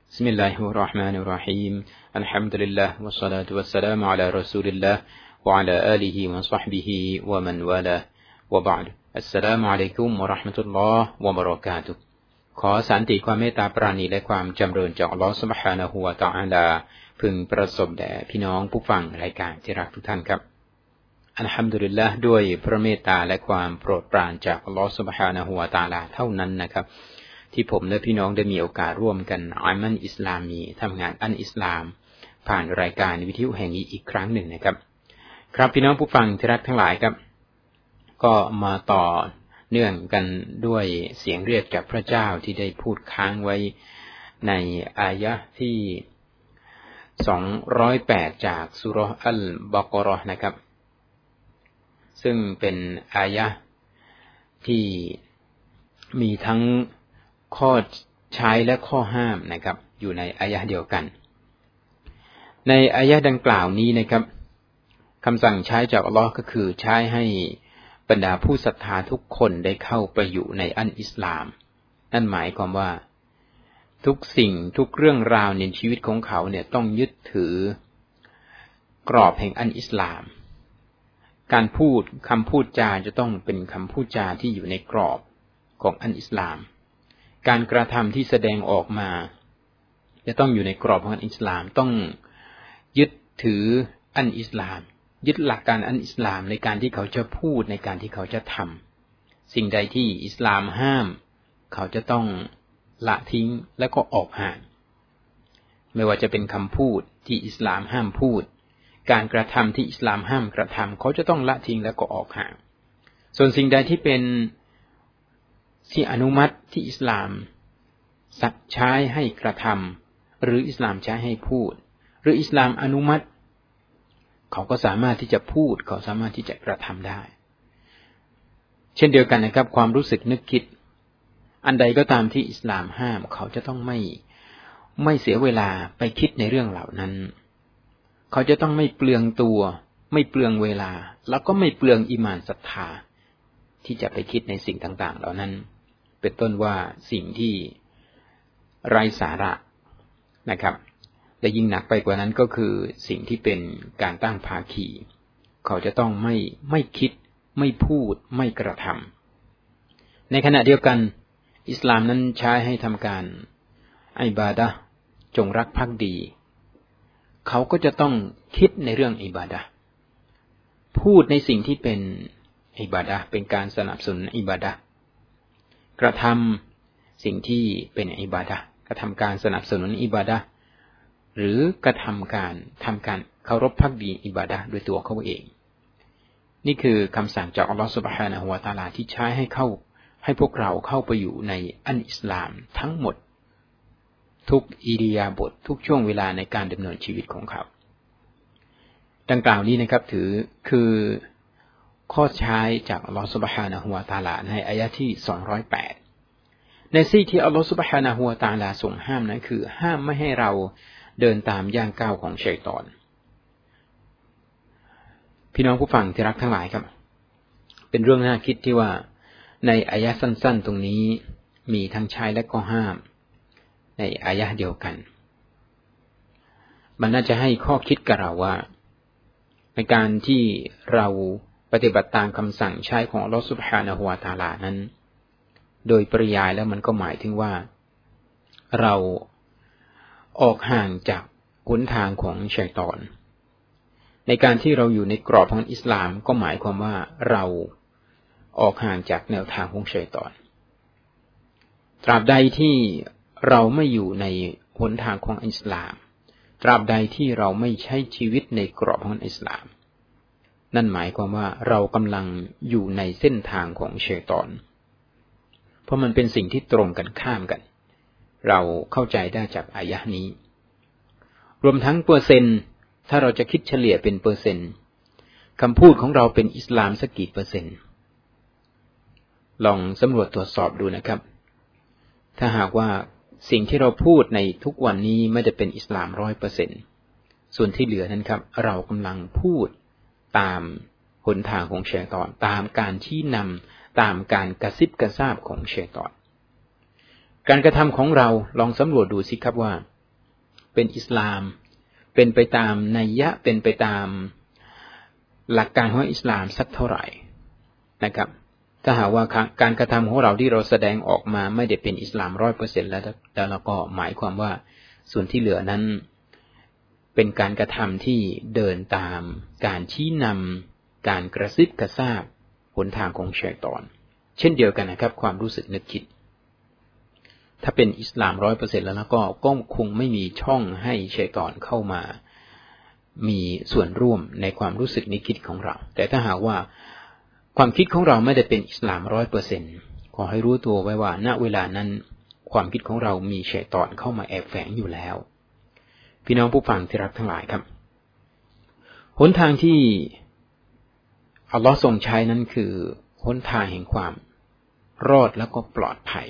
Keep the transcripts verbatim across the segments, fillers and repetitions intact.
بسم الله الرحمن الرحيم الحمد لله والصلاة والسلام على رسول الله وعلى آله وصحبه ومن والاه وبعد السلام عليكم ورحمة الله وبركاته ขอสันติความเมตตาปราณีและความจำเริญจากอัลเลาะห์ซุบฮานะฮูวะตะอาลาพึงประสบแด่พี่น้องผู้ฟังรายการที่รักทุกท่านครับอัลฮัมดุลิลลาห์ด้วยพระเมตตาและความโปรดปรานจากอัลเลาะห์ซุบฮานะฮูวะตะอาลาเท่านั้นนะครับที่ผมและพี่น้องได้มีโอกาสร่วมกันอามันอิสลามีทำงานอันอิสลามผ่านรายการวิทยุแห่งนี้อีกครั้งหนึ่งนะครับครับพี่น้องผู้ฟังที่รักทั้งหลายครับก็มาต่อเนื่องกันด้วยเสียงเรียกจากพระเจ้าที่ได้พูดค้างไว้ในอายะห์ที่สองร้อยแปดจากซูเราะห์อัลบะเกาะเราะห์นะครับซึ่งเป็นอายะห์ที่มีทั้งข้อใช้และข้อห้ามนะครับอยู่ในอายะห์เดียวกันในอายะห์ดังกล่าวนี้นะครับคำสั่งใช้จากอัลเลาะห์ก็คือใช้ให้บรรดาผู้ศรัทธาทุกคนได้เข้าไปอยู่ในอันอิสลามนั่นหมายความว่าทุกสิ่งทุกเรื่องราวในชีวิตของเขาเนี่ยต้องยึดถือกรอบแห่งอันอิสลามการพูดคำพูดจาจะต้องเป็นคำพูดจาที่อยู่ในกรอบของอันอิสลามการกระทำที่แสดงออกมาจะต้องอยู่ในกรอบของอันอิสลามต้องยึดถืออันอิสลามยึดหลักการอันอิสลามในการที่เขาจะพูดในการที่เขาจะทำสิ่งใดที่อิสลามห้ามเขาจะต้องละทิ้งและก็ออกห่างไม่ว่าจะเป็นคำพูดที่อิสลามห้ามพูดการกระทำที่อิสลามห้ามกระทำเขาจะต้องละทิ้งและก็ออกห่างส่วนสิ่งใดที่เป็นที่อนุมัติที่อิสลามใช้ให้กระทำหรืออิสลามใช้ให้พูดหรืออิสลามอนุมัติเขาก็สามารถที่จะพูดเขาสามารถที่จะกระทำได้เช่นเดียวกันนะครับความรู้สึกนึกคิดอันใดก็ตามที่อิสลามห้ามเขาจะต้องไม่ไม่เสียเวลาไปคิดในเรื่องเหล่านั้นเขาจะต้องไม่เปลืองตัวไม่เปลืองเวลาแล้วก็ไม่เปลืองอีหม่านศรัทธาที่จะไปคิดในสิ่งต่างๆเหล่านั้นเป็นต้นว่าสิ่งที่ไร้สาระนะครับและยิ่งหนักไปกว่านั้นก็คือสิ่งที่เป็นการตั้งภาคีเขาจะต้องไม่ไม่คิดไม่พูดไม่กระทำในขณะเดียวกันอิสลามนั้นใช้ให้ทำการอิบาดะห์จงรักภักดีเขาก็จะต้องคิดในเรื่องอิบาดะห์พูดในสิ่งที่เป็นอิบาดะห์เป็นการสนับสนุนอิบาดะห์กระทำสิ่งที่เป็นอิบาดะห์กระทำการสนับสนุนอิบาดะห์หรือกระทำการทำการเคารพภักดีอิบาดะห์ด้วยตัวเขาเองนี่คือคำสั่งจากอัลเลาะห์ซุบฮานะฮูวะตะอาลาที่ใช้ให้เข้าให้พวกเราเข้าไปอยู่ในอันอิสลามทั้งหมดทุกอิริยาบถทุกช่วงเวลาในการดำเนินชีวิตของเขาดังกล่าวนี้นะครับถือคือข้อใช้จากอัลเลาะห์ซุบฮานะฮูวะตะอาลาในอายะห์ที่สองร้อยแปดในสิ่งที่อัลเลาะห์ซุบฮานะฮูวะตะอาลาทรงห้ามนั้นคือห้ามไม่ให้เราเดินตามย่างก้าวของชัยฏอนพี่น้องผู้ฟังที่รักทั้งหลายครับเป็นเรื่องน่าคิดที่ว่าในอายะห์สั้นๆตรงนี้มีทั้งใช้และก็ห้ามในอายะห์เดียวกันมันน่าจะให้ข้อคิดกับเราว่าในการที่เราปฏิบัติตามคำสั่งใช้ของอัลเลาะห์ซุบฮานะฮูวะตะอาลานั้นโดยปริยายแล้วมันก็หมายถึงว่าเราออกห่างจากหนทางของชัยฏอนในการที่เราอยู่ในกรอบของอิสลามก็หมายความว่าเราออกห่างจากแนวทางของชัยฏอนตราบใดที่เราไม่อยู่ในหนทางของอิสลามตราบใดที่เราไม่ใช้ชีวิตในกรอบของอิสลามนั่นหมายความว่าเรากำลังอยู่ในเส้นทางของชัยฏอนเพราะมันเป็นสิ่งที่ตรงกันข้ามกันเราเข้าใจได้จากอายะห์นี้รวมทั้งเปอร์เซ็นต์ถ้าเราจะคิดเฉลี่ยเป็นเปอร์เซ็นต์คำพูดของเราเป็นอิสลามสักกี่เปอร์เซ็นต์ลองสำรวจตรวจสอบดูนะครับถ้าหากว่าสิ่งที่เราพูดในทุกวันนี้ไม่ได้เป็นอิสลาม ร้อยเปอร์เซ็นต์ ส่วนที่เหลือนั้นครับเรากำลังพูดตามหนทางของชัยฏอนตามการชี้นำตามการกระซิบกระซาบของชัยฏอนการกระทำของเราลองสำรวจดูสิครับว่าเป็นอิสลามเป็นไปตามนัยยะเป็นไปตามหลักการของอิสลามสักเท่าไหร่นะครับถ้าหากว่าการกระทำของเราที่เราแสดงออกมาไม่ได้เป็นอิสลาม ร้อยเปอร์เซ็นต์ แล้วแล้วเราก็หมายความว่าส่วนที่เหลือนั้นเป็นการกระทำที่เดินตามการชี้นำการกระซิบกระซาบหนทางของชัยฏอนเช่นเดียวกันนะครับความรู้สึกนึกคิดถ้าเป็นอิสลาม ร้อยเปอร์เซ็นต์ แล้วก็ก็คงไม่มีช่องให้ชัยฏอนเข้ามามีส่วนร่วมในความรู้สึกนึกคิดของเราแต่ถ้าหากว่าความคิดของเราไม่ได้เป็นอิสลาม ร้อยเปอร์เซ็นต์ ขอให้รู้ตัวไว้ว่าณเวลานั้นความคิดของเรามีชัยฏอนเข้ามาแอบแฝงอยู่แล้วพี่น้องผู้ฟังที่รักทั้งหลายครับหนทางที่อัลลอฮ์ทรงใช้นั้นคือหนทางแห่งความรอดแล้วก็ปลอดภัย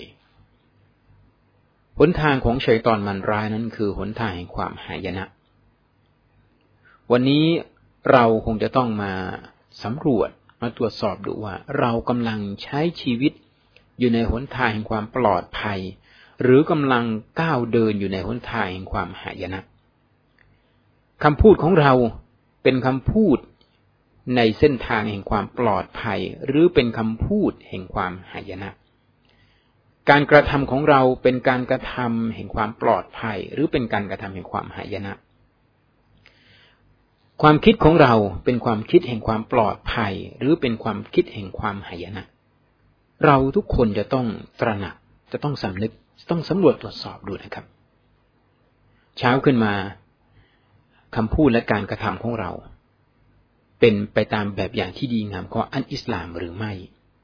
หนทางของชัยฏอนมันร้ายนั้นคือหนทางแห่งความหายนะวันนี้เราคงจะต้องมาสำรวจมาตรวจสอบดูว่าเรากำลังใช้ชีวิตอยู่ในหนทางแห่งความปลอดภัยหรือกำลังก้าวเดินอยู่ในหนทางแห่งความหายนะคำพูดของเราเป็นคำพูดในเส้นทางแห่งความปลอดภัยหรือเป็นคำพูดแห่งความหายนะการกระทำของเราเป็นการกระทำแห่งความปลอดภัยหรือเป็นการกระทำแห่งความหายนะความคิดของเราเป็นความคิดแห่งความปลอดภัยหรือเป็นความคิดแห่งความหายนะเราทุกคนจะต้องตระหนักจะต้องสำนึกต้องสำรวจตรวจสอบดูนะครับเช้าขึ้นมาคำพูดและการกระทำของเราเป็นไปตามแบบอย่างที่ดีงามของอันอิสลามหรือไม่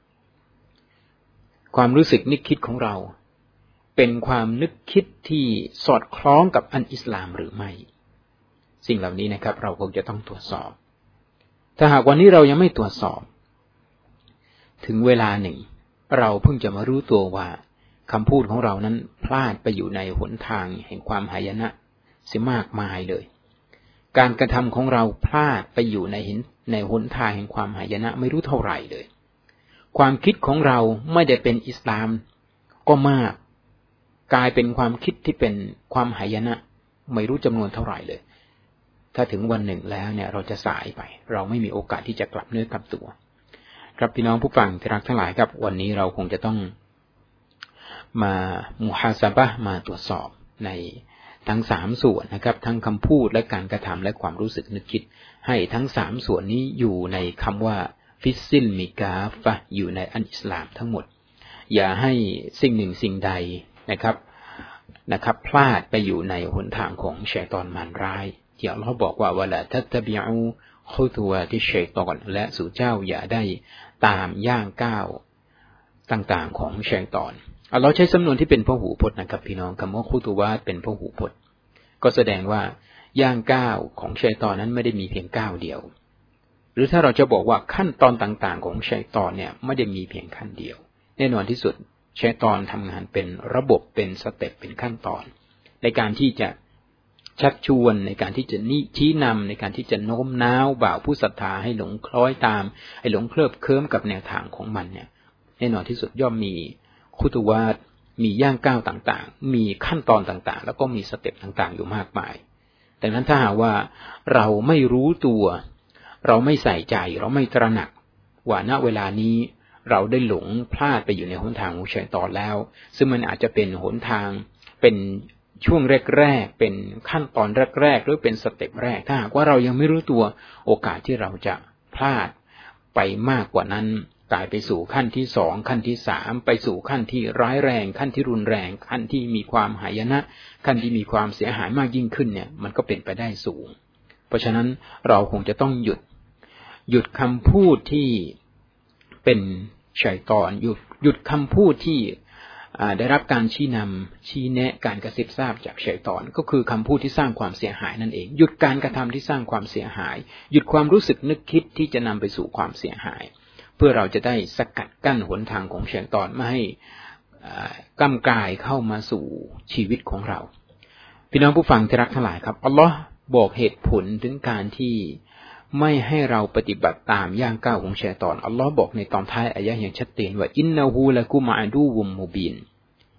ความรู้สึกนึกคิดของเราเป็นความนึกคิดที่สอดคล้องกับอันอิสลามหรือไม่สิ่งเหล่านี้นะครับเราคงจะต้องตรวจสอบถ้าหากวันนี้เรายังไม่ตรวจสอบถึงเวลาหนึ่งเราเพิ่งจะมารู้ตัวว่าคำพูดของเรานั้นพลาดไปอยู่ในหนทางแห่งความหายนะเสียมากมายเลยการกระทำของเราพลาดไปอยู่ในหินในหนทางแห่งความหายนะไม่รู้เท่าไหร่เลยความคิดของเราไม่ได้เป็นอิสลามก็มากกลายเป็นความคิดที่เป็นความหายนะไม่รู้จำนวนเท่าไหร่เลยถ้าถึงวันหนึ่งแล้วเนี่ยเราจะสายไปเราไม่มีโอกาสที่จะกลับเนื้อกลับตัวครับพี่น้องผู้ฟังที่รักทั้งหลายครับวันนี้เราคงจะต้องมามุฮาซาบะห์มาตรวจสอบในทั้งสามส่วนนะครับทั้งคำพูดและการกระทำและความรู้สึกนึกคิดให้ทั้งสามส่วนนี้อยู่ในคำว่าฟิสซิลมิกาฟะอยู่ในอันอิสลามทั้งหมดอย่าให้สิ่งหนึ่งสิ่งใดนะครับนะครับพลาดไปอยู่ในหนทางของชัยฏอนมารร้ายที่อัลเลาะห์บอกว่าวะลาตัตตะบิอูคุตุวาติชัยฏอนและสู่เจ้าอย่าได้ตามย่างก้าวต่างๆของชัยฏอนอัลเลาะห์ใช้สำนวนที่เป็นพหูพจน์นะครับพี่น้องคำว่าคุตุวาตเป็นพหูพจน์ก็แสดงว่าย่างก้าวของชัยฏอนนั้นไม่ได้มีเพียงก้าวเดียวหรือถ้าเราจะบอกว่าขั้นตอนต่างๆของชัยฏอนเนี่ยไม่ได้มีเพียงขั้นเดียวแน่นอนที่สุดชัยฏอนทำงานเป็นระบบเป็นสเต็ปเป็นขั้นตอนในการที่จะชักชวนในการที่จะนิชี้นำในการที่จะโน้มน้าวบ่าวผู้ศรัทธาให้หลงคล้อยตามให้หลงเคลิบเคลิ้มกับแนวทางของมันเนี่ยแน่นอนที่สุดย่อมมีคุตุวาตมีย่างก้าวต่างๆมีขั้นตอนต่างๆแล้วก็มีสเต็ปต่างๆอยู่มากมายดังนั้นถ้าหากว่าเราไม่รู้ตัวเราไม่ใส่ใจเราไม่ตระหนักว่าณเวลานี้เราได้หลงพลาดไปอยู่ในหนทางของชัยฏอนแล้วซึ่งมันอาจจะเป็นหนทางเป็นช่วงแรกๆเป็นขั้นตอนแรกๆหรือเป็นสเต็ปแรกถ้าหากว่าเรายังไม่รู้ตัวโอกาสที่เราจะพลาดไปมากกว่านั้นกลายไปสู่ขั้นที่สองขั้นที่สามไปสู่ขั้นที่ร้ายแรงขั้นที่รุนแรงขั้นที่มีความหายนะขั้นที่มีความเสียหายมากยิ่งขึ้นเนี่ยมันก็เป็นไปได้สูงเพราะฉะนั้นเราคงจะต้องหยุดหยุดคำพูดที่เป็นชัยฏอนหยุดหยุดคำพูดที่ได้รับการชี้นำชี้แนะการกระซิบทราบจากชัยฏอนก็คือคำพูดที่สร้างความเสียหายนั่นเองหยุดการกระทำที่สร้างความเสียหายหยุดความรู้สึกนึกคิดที่จะนำไปสู่ความเสียหายเพื่อเราจะได้สกัดกั้นหนทางของชัยฏอนไม่ให้ก้ำกายเข้ามาสู่ชีวิตของเราพี่น้องผู้ฟังที่รักทั้งหลายครับอัลลอฮ์บอกเหตุผลถึงการที่ไม่ให้เราปฏิบัติตามย่างก้าวของชัยฏอนอัลลอฮ์บอกในตอนท้ายอายะห์อย่างชัดเจนว่าอินนะฮูละกุมอะดูวุมมุบิน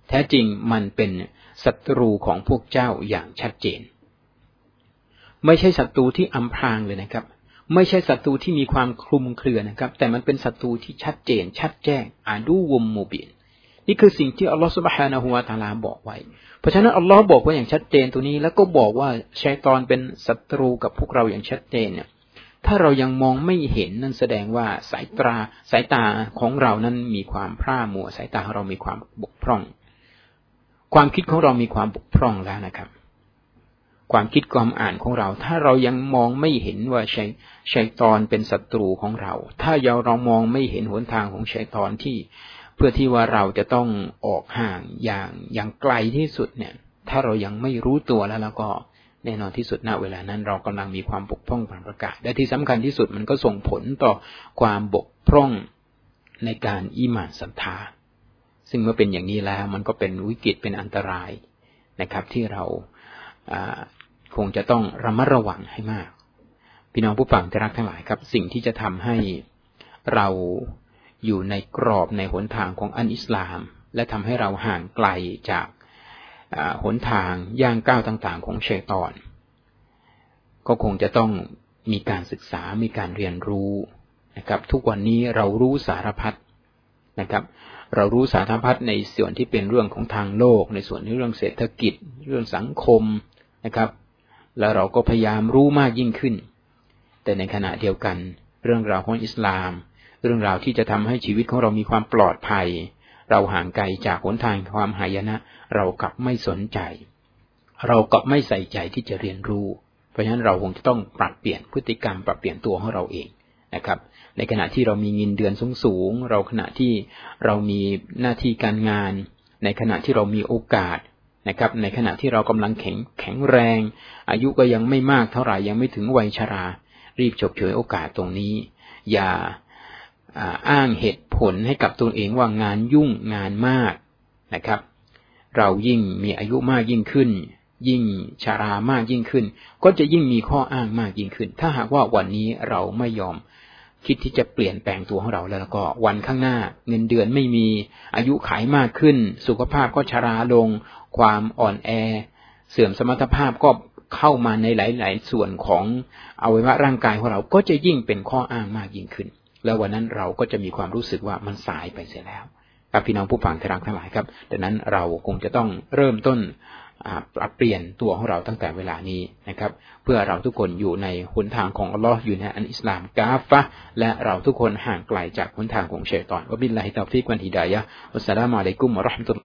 แท้จริงมันเป็นศัตรูของพวกเจ้าอย่างชัดเจนไม่ใช่ศัตรูที่อำพรางเลยนะครับไม่ใช่ศัตรูที่มีความคลุมเครือนะครับแต่มันเป็นศัตรูที่ชัดเจนชัดแจ้งอาดูวุมมูบินนี่คือสิ่งที่อัลลอฮฺซุบฮานะฮูวะตะอาลาบอกไว้เพราะฉะนั้นอัลลอฮฺบอกไว้อย่างชัดเจนตัวนี้แล้วก็บอกว่าชัยฏอนเป็นศัตรูกับพวกเราอย่างชัดเจนเนี่ยถ้าเรายังมองไม่เห็นนั่นแสดงว่าสายตาสายตาของเรานั้นมีความพร่ามัวสายตาของเรามีความบกพร่องความคิดของเรามีความบกพร่องแล้วนะครับความคิดความอ่านของเราถ้าเรายังมองไม่เห็นว่าชัยชัยฏอนเป็นศัตรูของเราถ้าเรามองไม่เห็นหนทางของชัยฏอนที่เพื่อที่ว่าเราจะต้องออกห่างอย่างอย่างไกลที่สุดเนี่ยถ้าเรายังไม่รู้ตัวแล้วแล้วก็แน่นอนที่สุดณเวลานั้นเรากำลังมีความบกพร่องทางประกาศและที่สำคัญที่สุดมันก็ส่งผลต่อความบกพร่องในการอีหม่านศรัทธาซึ่งเมื่อเป็นอย่างนี้แล้วมันก็เป็นวิกฤตเป็นอันตรายนะครับที่เราคงจะต้องระมัดระวังให้มากพี่น้องผู้ฟังที่รักทั้งหลายครับสิ่งที่จะทำให้เราอยู่ในกรอบในหนทางของอันอิสลามและทำให้เราห่างไกลจากหนทางย่างก้าวต่างๆของชัยฏอนก็คงจะต้องมีการศึกษามีการเรียนรู้นะครับทุกวันนี้เรารู้สารพัดนะครับเรารู้สารพัดในส่วนที่เป็นเรื่องของทางโลกในส่วนที่เรื่องเศรษฐกิจเรื่องสังคมนะครับแล้วเราก็พยายามรู้มากยิ่งขึ้นแต่ในขณะเดียวกันเรื่องราวของอิสลามเรื่องราวที่จะทำให้ชีวิตของเรามีความปลอดภัยเราห่างไกลจากหนทางความหายนะเรากลับไม่สนใจเรากลับไม่ใส่ใจที่จะเรียนรู้เพราะฉะนั้นเราคงจะต้องปรับเปลี่ยนพฤติกรรมปรับเปลี่ยนตัวของเราเองนะครับในขณะที่เรามีเงินเดือนสูงๆเราขณะที่เรามีหน้าที่การงานในขณะที่เรามีโอกาสนะครับในขณะที่เรากำลังแข็งแข็งแรงอายุก็ยังไม่มากเท่าไหร่ยังไม่ถึงวัยชรารีบฉกฉวยโอกาสตรงนี้อย่าอ้างเหตุผลให้กับตัวเองว่างานยุ่งงานมากนะครับเรายิ่งมีอายุมากยิ่งขึ้นยิ่งชรามากยิ่งขึ้นก็จะยิ่งมีข้ออ้างมากยิ่งขึ้นถ้าหากว่าวันนี้เราไม่ยอมคิดที่จะเปลี่ยนแปลงตัวของเราแล้วก็วันข้างหน้าเงินเดือนไม่มีอายุขัยมากขึ้นสุขภาพก็ชราลงความอ่อนแอเสื่อมสมรรถภาพก็เข้ามาในหลายๆส่วนของอวัยวะร่างกายของเราก็จะยิ่งเป็นข้ออ้างมากยิ่งขึ้นแล้ววันนั้นเราก็จะมีความรู้สึกว่ามันสายไปเสียแล้วครับพี่น้องผู้ฟังที่รักทั้งหลายครับดังนั้นเราคงจะต้องเริ่มต้นปรับเปลี่ยนตัวของเราตั้งแต่เวลานี้นะครับเพื่อเราทุกคนอยู่ในหนทางของอัลลอฮ์อยู่ในอันอิสลามกาฟะห์และเราทุกคนห่างไกลจากหนทางของชัยฏอนวะบิลลาฮิตอฟิกวัลฮิดายะฮ์วัสสลามุอะลัยกุมวะเราะห์มะตุลลอฮ์